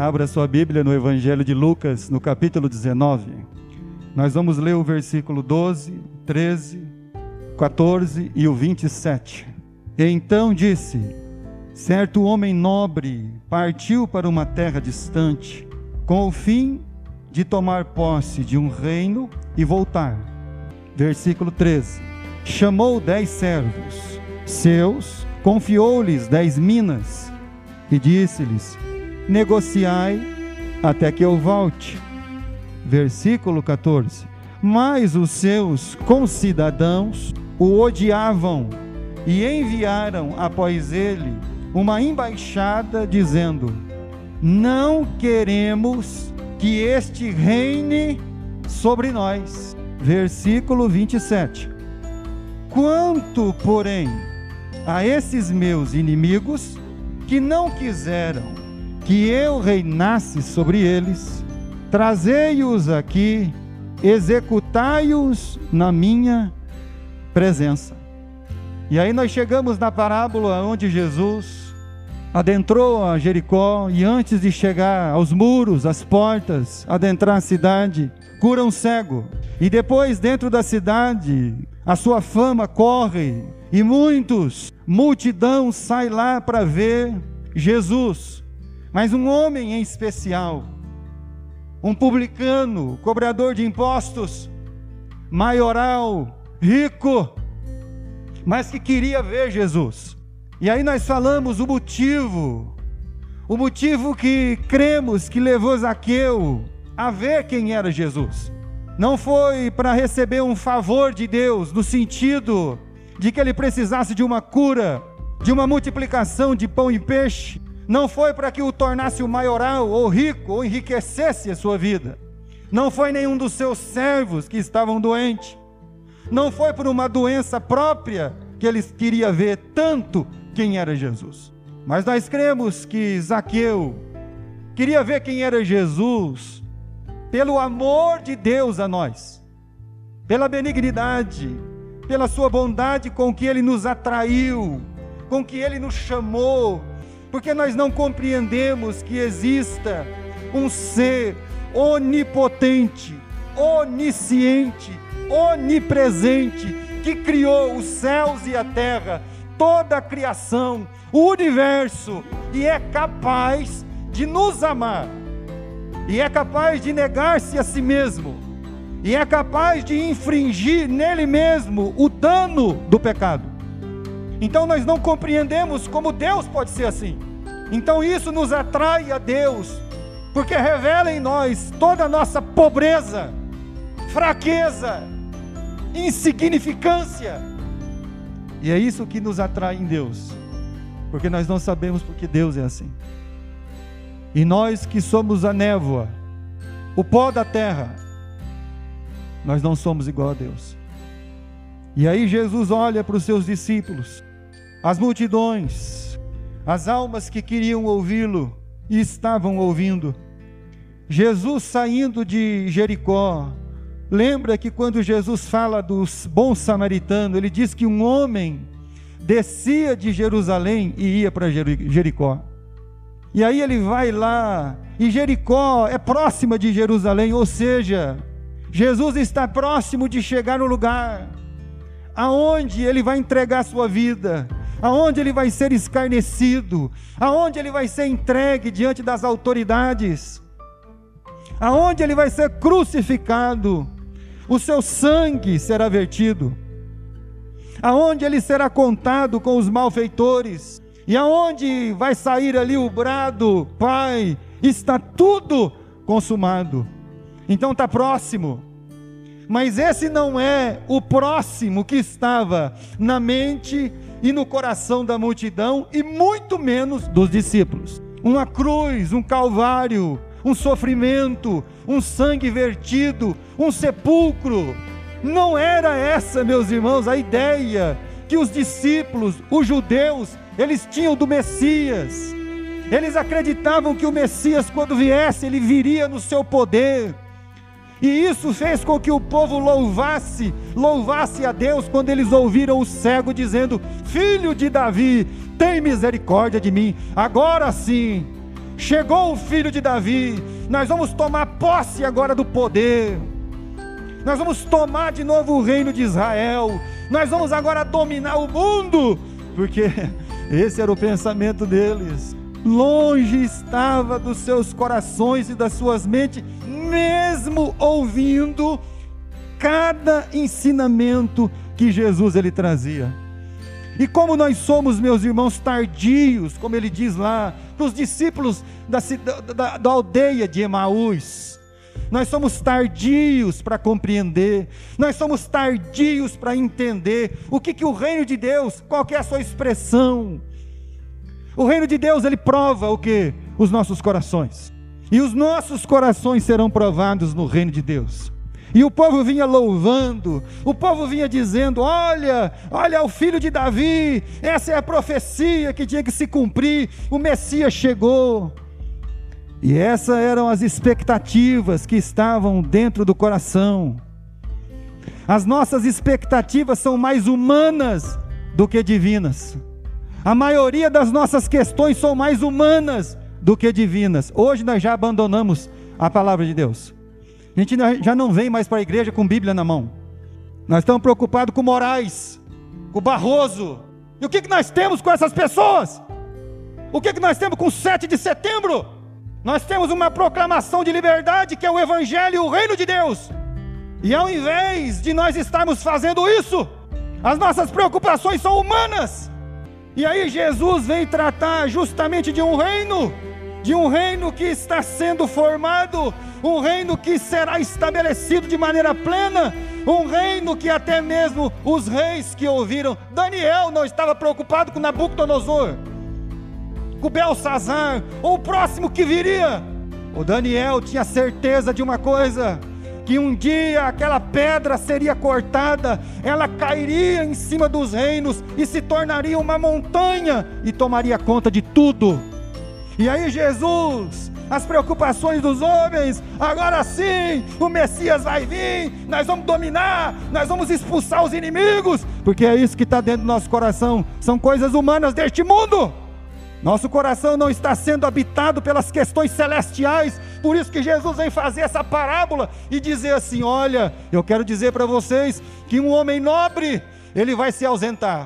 Abra sua Bíblia no Evangelho de Lucas, no capítulo 19. Nós vamos ler o versículo 12, 13, 14 e o 27. E então disse: certo homem nobre partiu para uma terra distante, com o fim de tomar posse de um reino e voltar. Versículo 13. Chamou 10 servos seus, confiou-lhes 10 minas e disse-lhes: negociai até que eu volte. Versículo 14. Mas os seus concidadãos o odiavam e enviaram após ele uma embaixada dizendo: não queremos que este reine sobre nós. Versículo 27. Quanto, porém, a esses meus inimigos que não quiseram que eu reinasse sobre eles, trazei-os aqui, executai-os na minha presença. E aí nós chegamos na parábola onde Jesus adentrou a Jericó, e antes de chegar aos muros, às portas, adentrar a cidade, cura um cego. E depois, dentro da cidade, a sua fama corre, e multidão sai lá para ver Jesus. Mas um homem em especial, um publicano, cobrador de impostos, maioral, rico, mas que queria ver Jesus. E aí nós falamos o motivo que cremos que levou Zaqueu a ver quem era Jesus. Não foi para receber um favor de Deus, no sentido de que ele precisasse de uma cura, de uma multiplicação de pão e peixe. Não foi para que o tornasse o maioral, ou rico, ou enriquecesse a sua vida. Não foi nenhum dos seus servos que estavam doentes. Não foi por uma doença própria que ele queria ver tanto quem era Jesus. Mas nós cremos que Zaqueu queria ver quem era Jesus pelo amor de Deus a nós, pela benignidade, pela sua bondade com que ele nos atraiu, com que ele nos chamou, porque nós não compreendemos que exista um ser onipotente, onisciente, onipresente, que criou os céus e a terra, toda a criação, o universo, e é capaz de nos amar, e é capaz de negar-se a si mesmo, e é capaz de infringir nele mesmo o dano do pecado. Então nós não compreendemos como Deus pode ser assim. Então isso nos atrai a Deus, porque revela em nós toda a nossa pobreza, fraqueza, insignificância. E é isso que nos atrai em Deus, porque nós não sabemos porque Deus é assim. E nós que somos a névoa, o pó da terra, nós não somos igual a Deus. E aí Jesus olha para os seus discípulos, as multidões, as almas que queriam ouvi-lo e estavam ouvindo. Jesus saindo de Jericó, lembra que quando Jesus fala do bom samaritano, ele diz que um homem descia de Jerusalém e ia para Jericó. E aí ele vai lá, e Jericó é próxima de Jerusalém, ou seja, Jesus está próximo de chegar no lugar aonde ele vai entregar sua vida, aonde ele vai ser escarnecido, aonde ele vai ser entregue diante das autoridades, aonde ele vai ser crucificado, o seu sangue será vertido, aonde ele será contado com os malfeitores, e aonde vai sair ali o brado: Pai, está tudo consumado. Então está próximo. Mas esse não é o próximo que estava na mente e no coração da multidão, e muito menos dos discípulos. Uma cruz, um calvário, um sofrimento, um sangue vertido, um sepulcro. Não era essa, meus irmãos, a ideia que os discípulos, os judeus, eles tinham do Messias. Eles acreditavam que o Messias, quando viesse, ele viria no seu poder. E isso fez com que o povo louvasse a Deus quando eles ouviram o cego dizendo: Filho de Davi, tem misericórdia de mim. Agora sim, chegou o filho de Davi, nós vamos tomar posse agora do poder, nós vamos tomar de novo o reino de Israel, nós vamos agora dominar o mundo, porque esse era o pensamento deles. Longe estava dos seus corações e das suas mentes, mesmo ouvindo cada ensinamento que Jesus ele trazia. E como nós somos, meus irmãos, tardios, como ele diz lá, para os discípulos da aldeia de Emaús, nós somos tardios para compreender, nós somos tardios para entender o que o reino de Deus, qual que é a sua expressão. O reino de Deus, ele prova o que? Os nossos corações, e os nossos corações serão provados no reino de Deus. E o povo vinha louvando, o povo vinha dizendo, olha o filho de Davi, essa é a profecia que tinha que se cumprir, o Messias chegou. E essas eram as expectativas que estavam dentro do coração. As nossas expectativas são mais humanas do que divinas. A maioria das nossas questões são mais humanas do que divinas. Hoje nós já abandonamos a palavra de Deus. A gente já não vem mais para a igreja com Bíblia na mão. Nós estamos preocupados com Moraes, com Barroso. E o que nós temos com essas pessoas? O que nós temos com 7 de setembro? Nós temos uma proclamação de liberdade, que é o Evangelho e o reino de Deus. E ao invés de nós estarmos fazendo isso, as nossas preocupações são humanas. E aí Jesus vem tratar justamente de um reino que está sendo formado, um reino que será estabelecido de maneira plena, um reino que até mesmo os reis que ouviram, Daniel não estava preocupado com Nabucodonosor, com Belsazar, ou o próximo que viria. O Daniel tinha certeza de uma coisa, que um dia aquela pedra seria cortada, ela cairia em cima dos reinos, e se tornaria uma montanha, e tomaria conta de tudo. E aí Jesus, as preocupações dos homens, agora sim, o Messias vai vir, nós vamos dominar, nós vamos expulsar os inimigos, porque é isso que está dentro do nosso coração, são coisas humanas deste mundo. Nosso coração não está sendo habitado pelas questões celestiais, por isso que Jesus vem fazer essa parábola e dizer assim, olha, eu quero dizer para vocês, que um homem nobre, ele vai se ausentar.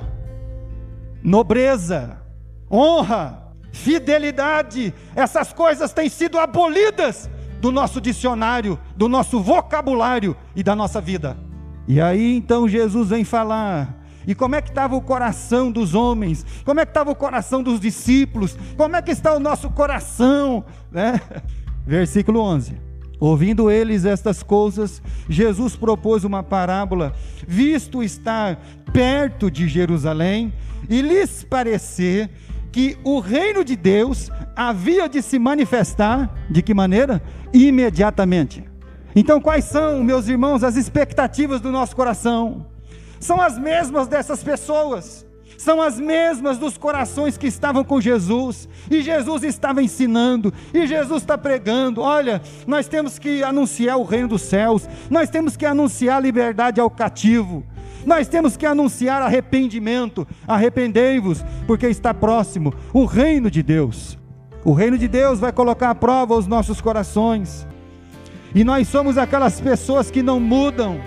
Nobreza, honra, fidelidade, essas coisas têm sido abolidas do nosso dicionário, do nosso vocabulário e da nossa vida. E aí então Jesus vem falar, e como é que estava o coração dos homens, como é que estava o coração dos discípulos, como é que está o nosso coração, né? Versículo 11, ouvindo eles estas coisas, Jesus propôs uma parábola, visto estar perto de Jerusalém, e lhes parecer que o reino de Deus havia de se manifestar, de que maneira? Imediatamente. Então quais são, meus irmãos, as expectativas do nosso coração? São as mesmas dessas pessoas, são as mesmas dos corações que estavam com Jesus, e Jesus estava ensinando, e Jesus está pregando, olha, nós temos que anunciar o reino dos céus, nós temos que anunciar a liberdade ao cativo, nós temos que anunciar arrependimento, arrependei-vos, porque está próximo o reino de Deus. O reino de Deus vai colocar à prova os nossos corações, e nós somos aquelas pessoas que não mudam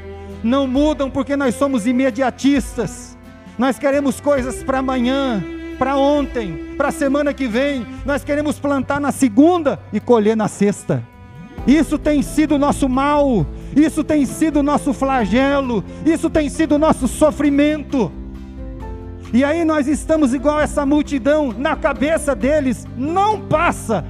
porque nós somos imediatistas, nós queremos coisas para amanhã, para ontem, para a semana que vem, nós queremos plantar na segunda e colher na sexta. Isso tem sido o nosso mal, isso tem sido o nosso flagelo, isso tem sido o nosso sofrimento. E aí nós estamos igual essa multidão, na cabeça deles não passa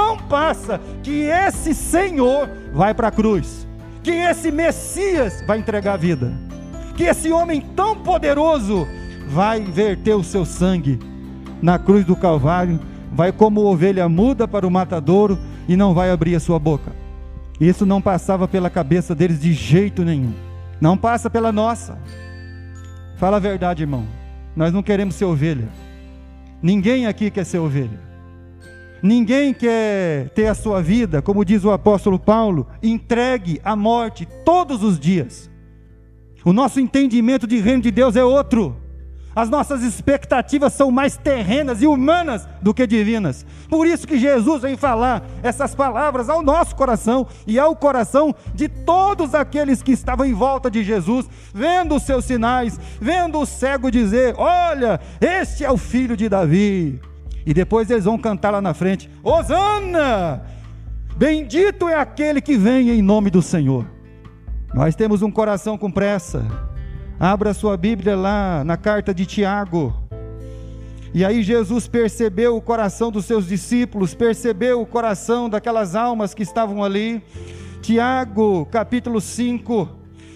que esse Senhor vai para a cruz, que esse Messias vai entregar a vida, que esse homem tão poderoso vai verter o seu sangue na cruz do Calvário, vai como ovelha muda para o matadouro e não vai abrir a sua boca. Isso não passava pela cabeça deles de jeito nenhum, não passa pela nossa. Fala a verdade, irmão, nós não queremos ser ovelha, ninguém aqui quer ser ovelha. Ninguém quer ter a sua vida, como diz o apóstolo Paulo, entregue à morte todos os dias. O nosso entendimento de reino de Deus é outro. As nossas expectativas são mais terrenas e humanas do que divinas. Por isso que Jesus vem falar essas palavras ao nosso coração e ao coração de todos aqueles que estavam em volta de Jesus, vendo os seus sinais, vendo o cego dizer: olha, este é o filho de Davi. E depois eles vão cantar lá na frente: Hosana! Bendito é aquele que vem em nome do Senhor. Nós temos um coração com pressa. Abra sua Bíblia lá na carta de Tiago. E aí Jesus percebeu o coração dos seus discípulos, percebeu o coração daquelas almas que estavam ali. Tiago, capítulo 5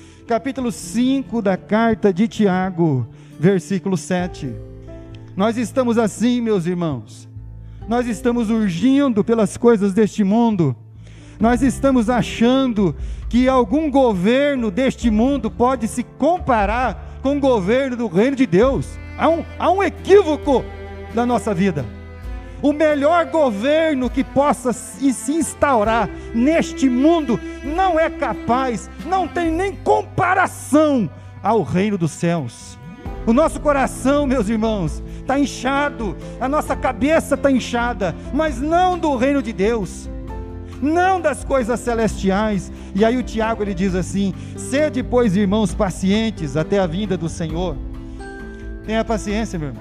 da carta de Tiago, versículo 7. Nós estamos assim, meus irmãos, nós estamos urgindo pelas coisas deste mundo, nós estamos achando que algum governo deste mundo pode se comparar com o governo do reino de Deus. Há um equívoco na nossa vida. O melhor governo que possa se instaurar neste mundo não é capaz, não tem nem comparação ao reino dos céus. O nosso coração, meus irmãos, está inchado, a nossa cabeça está inchada, mas não do reino de Deus, não das coisas celestiais. E aí o Tiago ele diz assim: sede, pois, irmãos, pacientes até a vinda do Senhor. Tenha paciência, meu irmão.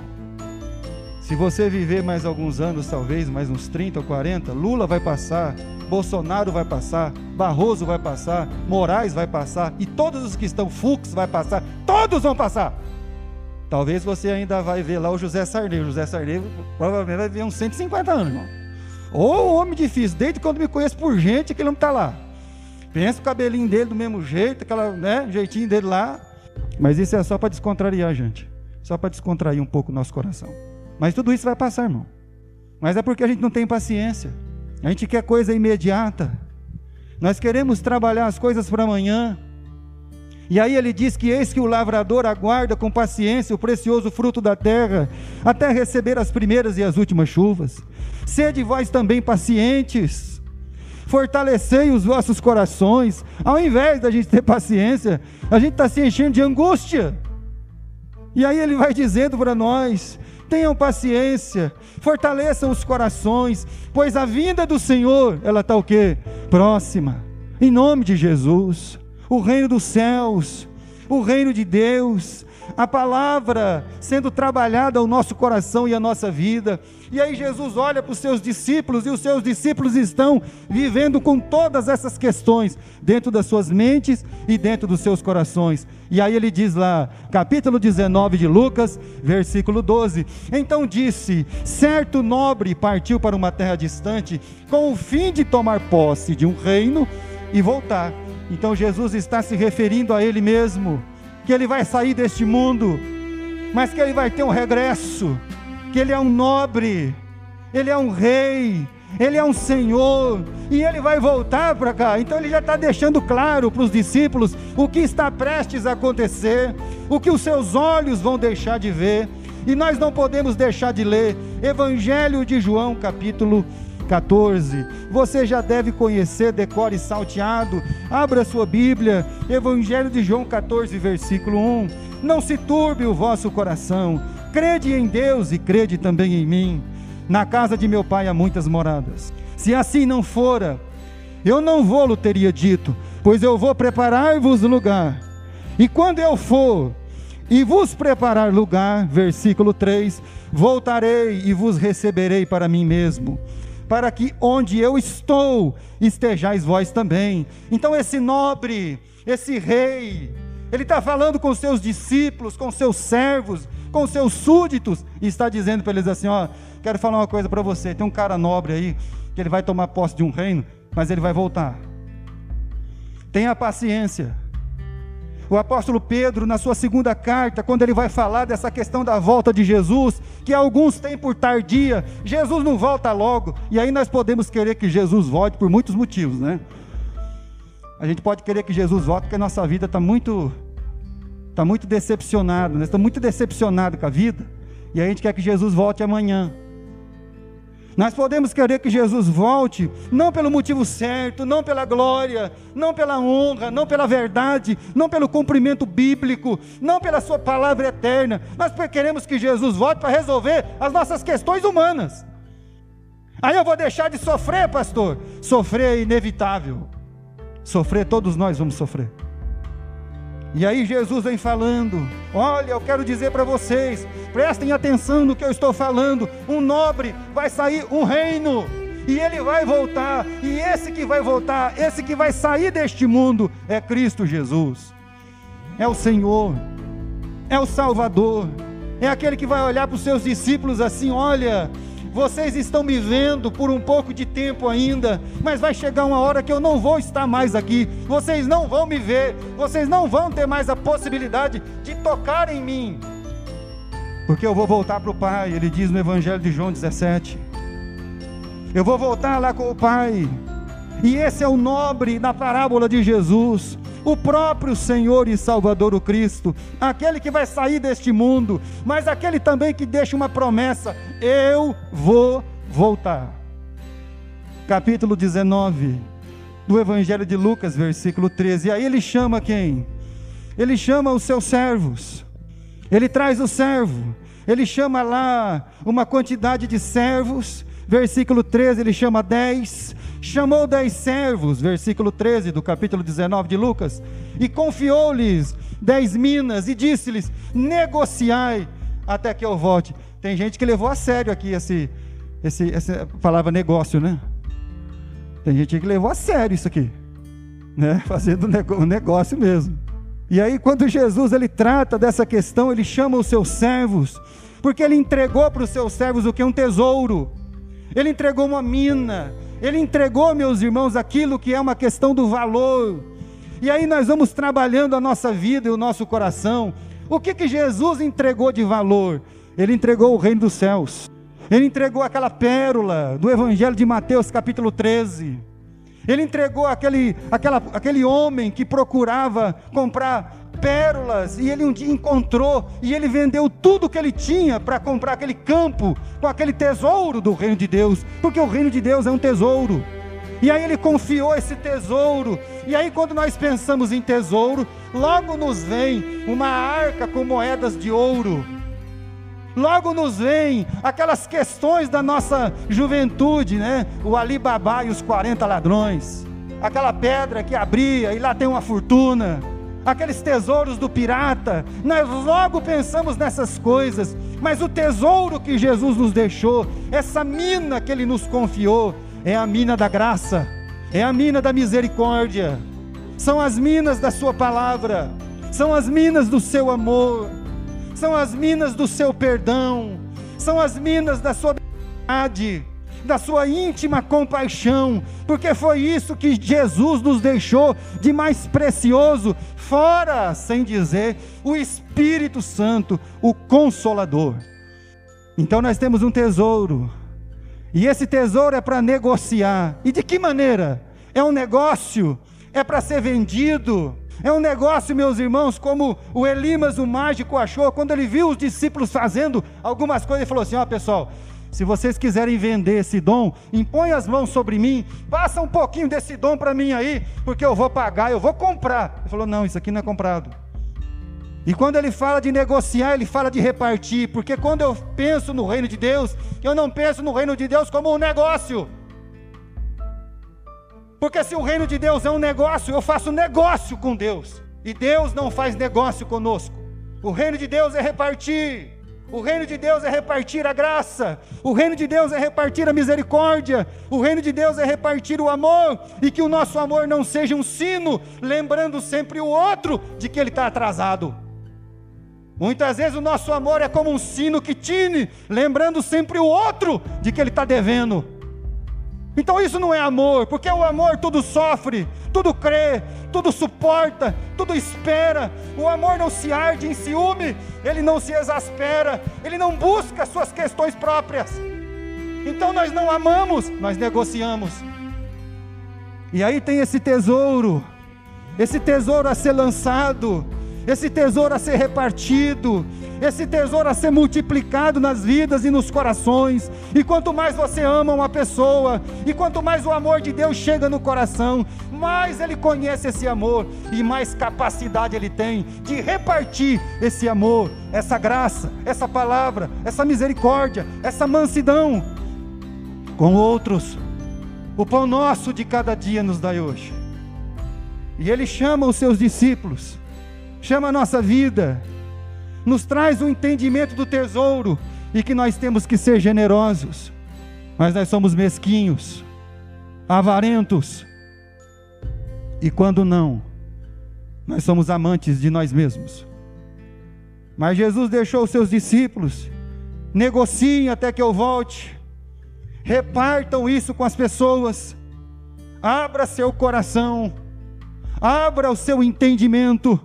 Se você viver mais alguns anos, talvez mais uns 30 ou 40, Lula vai passar, Bolsonaro vai passar, Barroso vai passar, Moraes vai passar, e todos os que estão, Fux vai passar, todos vão passar. Talvez você ainda vai ver lá o José Sarney. O José Sarney provavelmente vai ver uns 150 anos, irmão. Ou homem difícil, desde quando me conheço por gente, aquele homem está lá. Pensa o cabelinho dele do mesmo jeito, aquela, né, jeitinho dele lá. Mas isso é só para descontrariar a gente, só para descontrair um pouco o nosso coração. Mas tudo isso vai passar, irmão. Mas é porque a gente não tem paciência, a gente quer coisa imediata, nós queremos trabalhar as coisas para amanhã. E aí ele diz que eis que o lavrador aguarda com paciência o precioso fruto da terra, até receber as primeiras e as últimas chuvas. Sede vós também pacientes, fortalecei os vossos corações. Ao invés da gente ter paciência, a gente está se enchendo de angústia. E aí ele vai dizendo para nós: tenham paciência, fortaleçam os corações, pois a vinda do Senhor, ela está o quê? Próxima. Em nome de Jesus. O reino dos céus, o reino de Deus, a palavra sendo trabalhada ao nosso coração e à nossa vida. E aí Jesus olha para os seus discípulos, e os seus discípulos estão vivendo com todas essas questões dentro das suas mentes e dentro dos seus corações. E aí ele diz lá, capítulo 19 de Lucas, versículo 12: então disse, certo nobre partiu para uma terra distante, com o fim de tomar posse de um reino e voltar. Então Jesus está se referindo a Ele mesmo, que Ele vai sair deste mundo, mas que Ele vai ter um regresso, que Ele é um nobre, Ele é um rei, Ele é um Senhor, e Ele vai voltar para cá. Então Ele já está deixando claro para os discípulos o que está prestes a acontecer, o que os seus olhos vão deixar de ver. E nós não podemos deixar de ler Evangelho de João, capítulo 14, você já deve conhecer, decore salteado. Abra sua Bíblia, Evangelho de João 14, versículo 1. Não se turbe o vosso coração, crede em Deus e crede também em mim. Na casa de meu pai há muitas moradas. Se assim não fora, eu não vou-lo teria dito, pois eu vou preparar-vos lugar. E quando eu for e vos preparar lugar, versículo 3, voltarei e vos receberei para mim mesmo, para que onde eu estou, estejais vós também. Então esse nobre, esse rei, ele está falando com os seus discípulos, com os seus servos, com os seus súditos, e está dizendo para eles assim: ó, quero falar uma coisa para você, tem um cara nobre aí, que ele vai tomar posse de um reino, mas ele vai voltar. Tenha paciência. O apóstolo Pedro, na sua segunda carta, quando ele vai falar dessa questão da volta de Jesus, que alguns têm por tardia, Jesus não volta logo. E aí nós podemos querer que Jesus volte por muitos motivos, né? A gente pode querer que Jesus volte porque a nossa vida está muito decepcionada, nós estamos muito decepcionados com a vida, e a gente quer que Jesus volte amanhã. Nós podemos querer que Jesus volte, não pelo motivo certo, não pela glória, não pela honra, não pela verdade, não pelo cumprimento bíblico, não pela sua palavra eterna. Nós queremos que Jesus volte para resolver as nossas questões humanas. Aí eu vou deixar de sofrer, pastor? Sofrer é inevitável. Sofrer, todos nós vamos sofrer. E aí Jesus vem falando: olha, eu quero dizer para vocês, prestem atenção no que eu estou falando. Um nobre vai sair, um reino, e ele vai voltar, e esse que vai voltar, esse que vai sair deste mundo, é Cristo Jesus, é o Senhor, é o Salvador, é aquele que vai olhar para os seus discípulos assim: olha, vocês estão me vendo por um pouco de tempo ainda, mas vai chegar uma hora que eu não vou estar mais aqui, vocês não vão me ver, vocês não vão ter mais a possibilidade de tocar em mim, porque eu vou voltar para o Pai. Ele diz no Evangelho de João 17, eu vou voltar lá com o Pai. E esse é o nobre da parábola de Jesus, o próprio Senhor e Salvador, o Cristo, aquele que vai sair deste mundo, mas aquele também que deixa uma promessa: eu vou voltar. Capítulo 19 do Evangelho de Lucas, versículo 13. E aí ele chama quem? Ele chama os seus servos, ele traz o servo, ele chama lá uma quantidade de servos. Versículo 13, ele chama 10, chamou 10 servos, versículo 13 do capítulo 19 de Lucas, e confiou-lhes 10 minas, e disse-lhes: negociai até que eu volte. Tem gente que levou a sério aqui essa palavra negócio, né? Tem gente que levou a sério isso aqui, né? Fazendo um negócio mesmo. E aí quando Jesus ele trata dessa questão, ele chama os seus servos, porque ele entregou para os seus servos o que? Um tesouro. Ele entregou uma mina, ele entregou, meus irmãos, aquilo que é uma questão do valor. E aí nós vamos trabalhando a nossa vida e o nosso coração. O que Jesus entregou de valor? Ele entregou o reino dos céus, ele entregou aquela pérola do Evangelho de Mateus capítulo 13, ele entregou aquele homem que procurava comprar pérolas, e ele um dia encontrou, e ele vendeu tudo que ele tinha para comprar aquele campo, com aquele tesouro do reino de Deus, porque o reino de Deus é um tesouro. E aí ele confiou esse tesouro, e aí quando nós pensamos em tesouro, logo nos vem uma arca com moedas de ouro, logo nos vem aquelas questões da nossa juventude, né? O Ali Babá e os 40 ladrões, aquela pedra que abria e lá tem uma fortuna, aqueles tesouros do pirata. Nós logo pensamos nessas coisas, mas o tesouro que Jesus nos deixou, essa mina que Ele nos confiou, é a mina da graça, é a mina da misericórdia, são as minas da sua palavra, são as minas do seu amor, são as minas do seu perdão, são as minas da sua bondade, da sua íntima compaixão, porque foi isso que Jesus nos deixou de mais precioso, fora, sem dizer, o Espírito Santo, o Consolador. Então nós temos um tesouro, e esse tesouro é para negociar. E de que maneira? É um negócio, é para ser vendido, é um negócio, meus irmãos, como o Elimas, o mágico, achou, quando ele viu os discípulos fazendo algumas coisas, ele falou assim: ó pessoal, se vocês quiserem vender esse dom, impõe as mãos sobre mim, passa um pouquinho desse dom para mim aí, porque eu vou pagar, eu vou comprar. Ele falou: não, isso aqui não é comprado. E quando ele fala de negociar, ele fala de repartir, porque quando eu penso no reino de Deus, eu não penso no reino de Deus como um negócio, porque se o reino de Deus é um negócio, eu faço negócio com Deus, e Deus não faz negócio conosco. O reino de Deus é repartir, o reino de Deus é repartir a graça, o reino de Deus é repartir a misericórdia, o reino de Deus é repartir o amor, e que o nosso amor não seja um sino, lembrando sempre o outro de que ele está atrasado. Muitas vezes o nosso amor é como um sino que tine, lembrando sempre o outro de que ele está devendo. Então isso não é amor, porque o amor tudo sofre, tudo crê, tudo suporta, tudo espera. O amor não se arde em ciúme, ele não se exaspera, ele não busca suas questões próprias. Então nós não amamos, nós negociamos. E aí tem esse tesouro a ser lançado, esse tesouro a ser repartido, esse tesouro a ser multiplicado nas vidas e nos corações. E quanto mais você ama uma pessoa, e quanto mais o amor de Deus chega no coração, mais ele conhece esse amor, e mais capacidade ele tem de repartir esse amor, essa graça, essa palavra, essa misericórdia, essa mansidão com outros. O pão nosso de cada dia nos dai hoje. E ele chama os seus discípulos, chama a nossa vida, nos traz o entendimento do tesouro, e que nós temos que ser generosos, mas nós somos mesquinhos, avarentos, e quando não, nós somos amantes de nós mesmos. Mas Jesus deixou os seus discípulos: negociem até que eu volte, repartam isso com as pessoas, abra seu coração, abra o seu entendimento.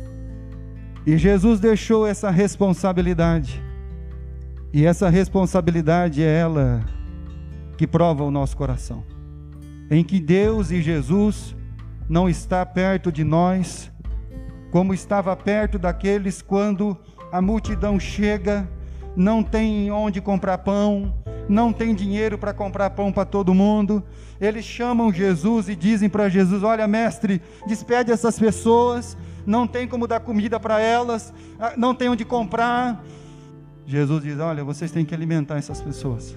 E Jesus deixou essa responsabilidade, e essa responsabilidade é ela que prova o nosso coração, em que Deus e Jesus não está perto de nós, como estava perto daqueles quando a multidão chega, não tem onde comprar pão, não tem dinheiro para comprar pão para todo mundo. Eles chamam Jesus e dizem para Jesus: olha, mestre, despede essas pessoas, não tem como dar comida para elas, não tem onde comprar. Jesus diz: olha, vocês têm que alimentar essas pessoas.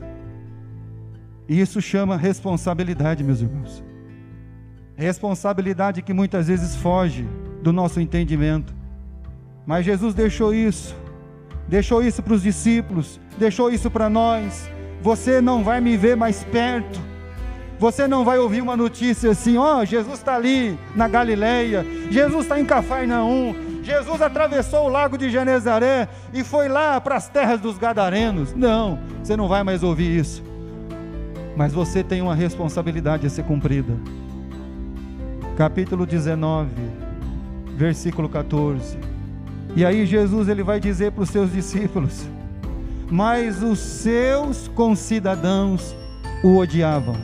E isso chama responsabilidade, meus irmãos. Responsabilidade que muitas vezes foge do nosso entendimento. Mas Jesus deixou isso para os discípulos, deixou isso para nós. Você não vai me ver mais perto, você não vai ouvir uma notícia assim: ó, Jesus está ali na Galileia, Jesus está em Cafarnaum, Jesus atravessou o lago de Genezaré e foi lá para as terras dos Gadarenos. Não, você não vai mais ouvir isso. Mas você tem uma responsabilidade a ser cumprida. Capítulo 19, versículo 14. E aí Jesus ele vai dizer para os seus discípulos: mas os seus concidadãos o odiavam.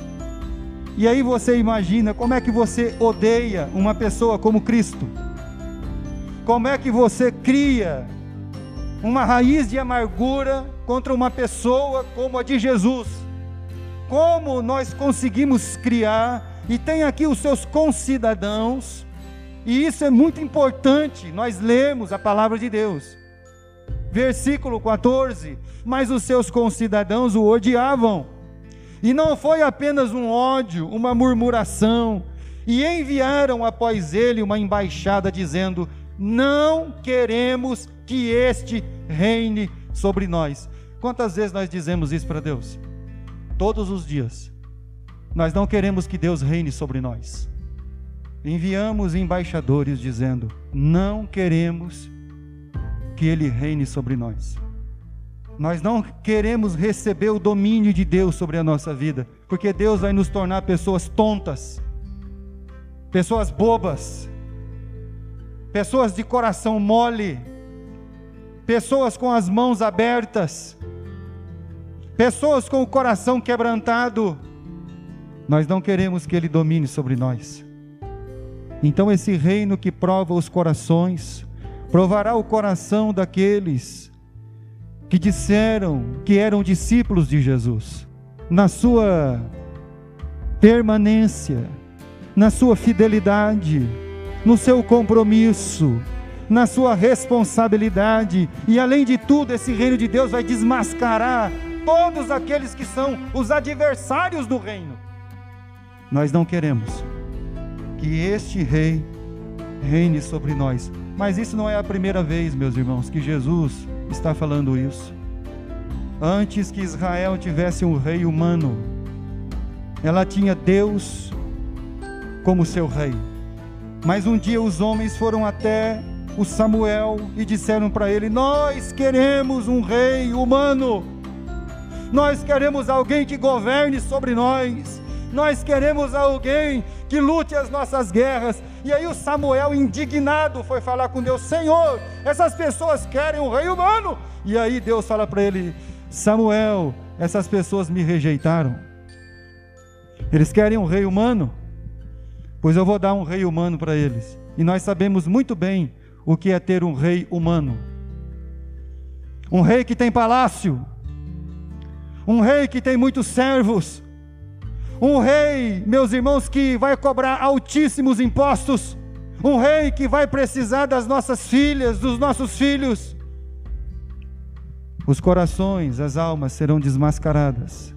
E aí você imagina como é que você odeia uma pessoa como Cristo? Como é que você cria uma raiz de amargura contra uma pessoa como a de Jesus? Como nós conseguimos criar? E tem aqui os seus concidadãos, e isso é muito importante, nós lemos a palavra de Deus. Versículo 14: mas os seus concidadãos o odiavam, e não foi apenas um ódio, uma murmuração, e enviaram após ele uma embaixada dizendo: não queremos que este reine sobre nós. Quantas vezes nós dizemos isso para Deus? Todos os dias. Nós não queremos que Deus reine sobre nós. Enviamos embaixadores dizendo: não queremos que Ele reine sobre nós. Nós não queremos receber o domínio de Deus sobre a nossa vida, porque Deus vai nos tornar pessoas tontas, pessoas bobas, pessoas de coração mole, pessoas com as mãos abertas, pessoas com o coração quebrantado. Nós não queremos que Ele domine sobre nós. Então esse reino que prova os corações, provará o coração daqueles que disseram que eram discípulos de Jesus, na sua permanência, na sua fidelidade, no seu compromisso, na sua responsabilidade. E além de tudo, esse reino de Deus vai desmascarar todos aqueles que são os adversários do reino. Nós não queremos que este rei reine sobre nós. Mas isso não é a primeira vez, meus irmãos, que Jesus está falando isso. Antes que Israel tivesse um rei humano, ela tinha Deus como seu rei. Mas um dia os homens foram até o Samuel e disseram para ele: nós queremos um rei humano, nós queremos alguém que governe sobre nós, nós queremos alguém que lute as nossas guerras. E aí o Samuel, indignado, foi falar com Deus: Senhor, essas pessoas querem um rei humano. E aí Deus fala para ele: Samuel, essas pessoas me rejeitaram, eles querem um rei humano, pois eu vou dar um rei humano para eles. E nós sabemos muito bem o que é ter um rei humano. um rei que tem palácio, um rei que tem muitos servos, um rei, meus irmãos, que vai cobrar altíssimos impostos, um rei que vai precisar das nossas filhas, dos nossos filhos. Os corações, as almas serão desmascaradas.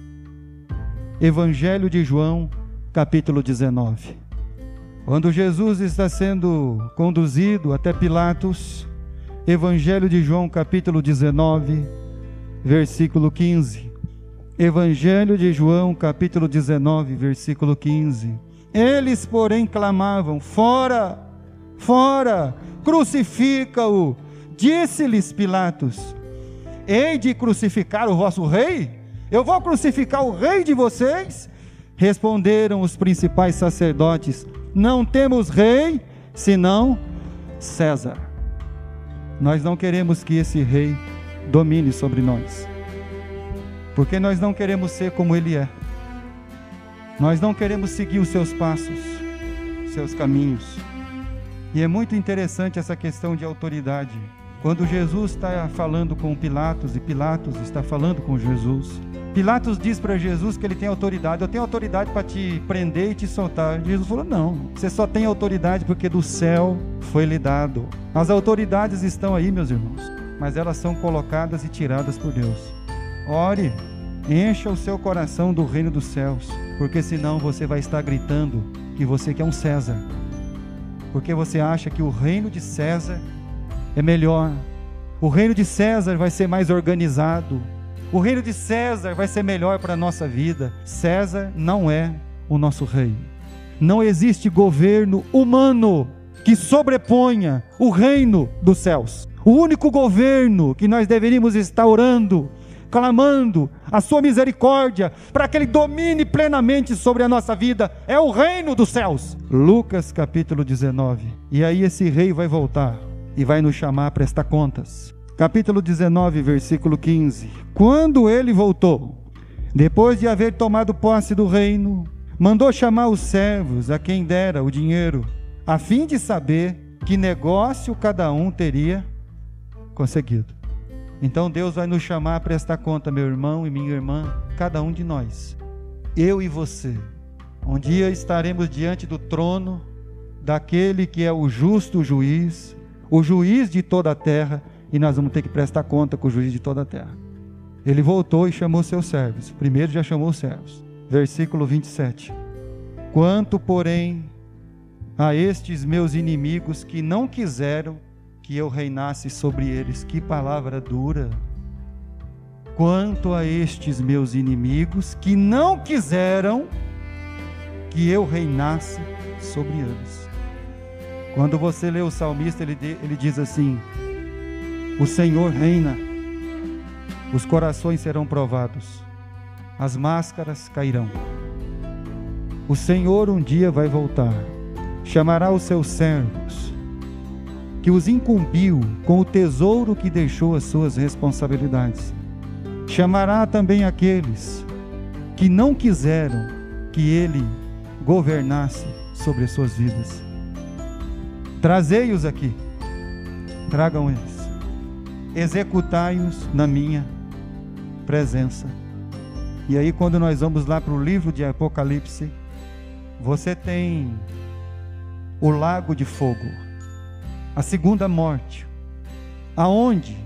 Evangelho de João, capítulo 19. Quando Jesus está sendo conduzido até Pilatos, Evangelho de João, capítulo 19, versículo 15. Evangelho de João, capítulo 19, versículo 15. Eles, porém, clamavam: fora, fora, crucifica-o. Disse-lhes Pilatos: hei de crucificar o vosso rei? Eu vou crucificar o rei de vocês? Responderam os principais sacerdotes: não temos rei, senão César. Nós não queremos que esse rei domine sobre nós, porque nós não queremos ser como ele é. Nós não queremos seguir os seus passos, seus caminhos. E é muito interessante essa questão de autoridade. Quando Jesus está falando com Pilatos e Pilatos está falando com Jesus, Pilatos diz para Jesus que ele tem autoridade. Eu tenho autoridade para te prender e te soltar. Jesus falou: não, você só tem autoridade porque do céu foi lhe dado. As autoridades estão aí, meus irmãos, mas elas são colocadas e tiradas por Deus. Ore, encha o seu coração do reino dos céus, porque senão você vai estar gritando que você quer um César, porque você acha que o reino de César é melhor, o reino de César vai ser mais organizado, o reino de César vai ser melhor para a nossa vida. César não é o nosso rei. Não existe governo humano que sobreponha o reino dos céus. O único governo que nós deveríamos estar orando, clamando a sua misericórdia, para que ele domine plenamente sobre a nossa vida, é o reino dos céus. Lucas capítulo 19. E aí esse rei vai voltar e vai nos chamar a prestar contas. Capítulo 19, versículo 15. Quando ele voltou, depois de haver tomado posse do reino, mandou chamar os servos a quem dera o dinheiro, a fim de saber que negócio cada um teria conseguido. Então Deus vai nos chamar a prestar conta, meu irmão e minha irmã, cada um de nós, eu e você. Um dia estaremos diante do trono daquele que é o justo juiz, o juiz de toda a terra, e nós vamos ter que prestar conta com o juiz de toda a terra. Ele voltou e chamou seus servos. Primeiro já chamou os servos. Versículo 27. Quanto, porém, a estes meus inimigos que não quiseram que eu reinasse sobre eles. Que palavra dura. Quanto a estes meus inimigos que não quiseram que eu reinasse sobre eles. Quando você lê o salmista, ele diz assim: o Senhor reina, os corações serão provados, as máscaras cairão. O Senhor um dia vai voltar, chamará os seus servos, que os incumbiu com o tesouro que deixou as suas responsabilidades. Chamará também aqueles que não quiseram que Ele governasse sobre as suas vidas. Trazei-os aqui, tragam eles. Executai-os na minha presença. E aí, quando nós vamos lá para o livro de Apocalipse, você tem o lago de fogo, a segunda morte, aonde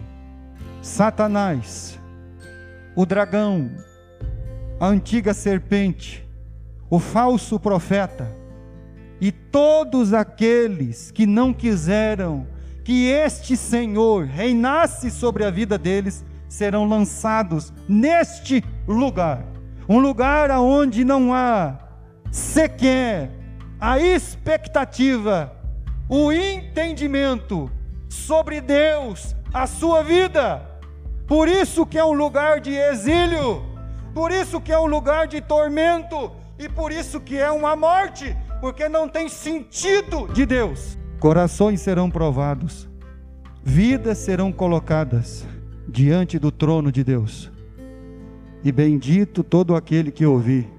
Satanás, o dragão, a antiga serpente, o falso profeta e todos aqueles que não quiseram que este Senhor reinasse sobre a vida deles, serão lançados neste lugar. Um lugar onde não há sequer a expectativa, o entendimento sobre Deus, a sua vida. Por isso que é um lugar de exílio, por isso que é um lugar de tormento, e por isso que é uma morte, porque não tem sentido de Deus. Corações serão provados, vidas serão colocadas diante do trono de Deus. E bendito todo aquele que ouvir: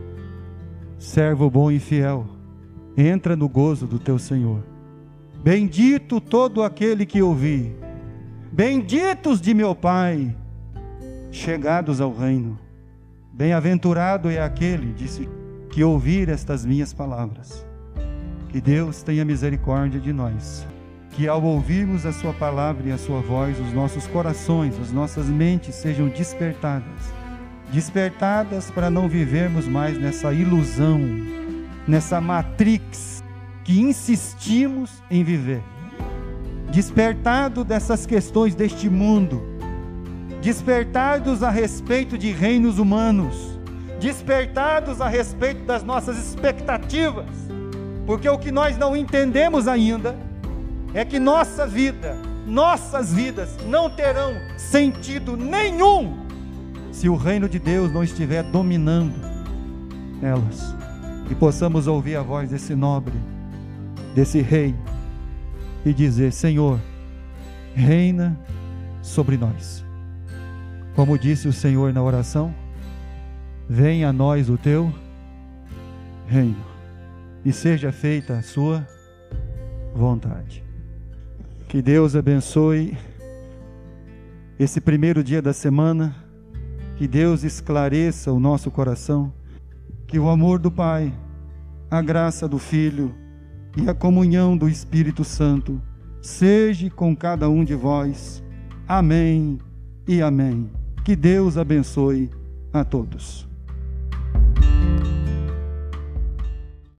servo bom e fiel, entra no gozo do teu Senhor. Bendito todo aquele que ouvir: benditos de meu Pai, chegados ao reino. Bem-aventurado é aquele, disse, que ouvir estas minhas palavras. Que Deus tenha misericórdia de nós, que ao ouvirmos a sua palavra e a sua voz, os nossos corações, as nossas mentes sejam despertadas para não vivermos mais nessa ilusão, nessa matrix que insistimos em viver. Despertado dessas questões deste mundo, despertados a respeito de reinos humanos, despertados a respeito das nossas expectativas, porque o que nós não entendemos ainda é que nossas vidas não terão sentido nenhum se o reino de Deus não estiver dominando elas, e possamos ouvir a voz desse nobre, desse rei, e dizer: Senhor, reina sobre nós. Como disse o Senhor na oração, venha a nós o teu reino, e seja feita a sua vontade. Que Deus abençoe esse primeiro dia da semana, que Deus esclareça o nosso coração, que o amor do Pai, a graça do Filho e a comunhão do Espírito Santo seja com cada um de vós. Amém e amém. Que Deus abençoe a todos.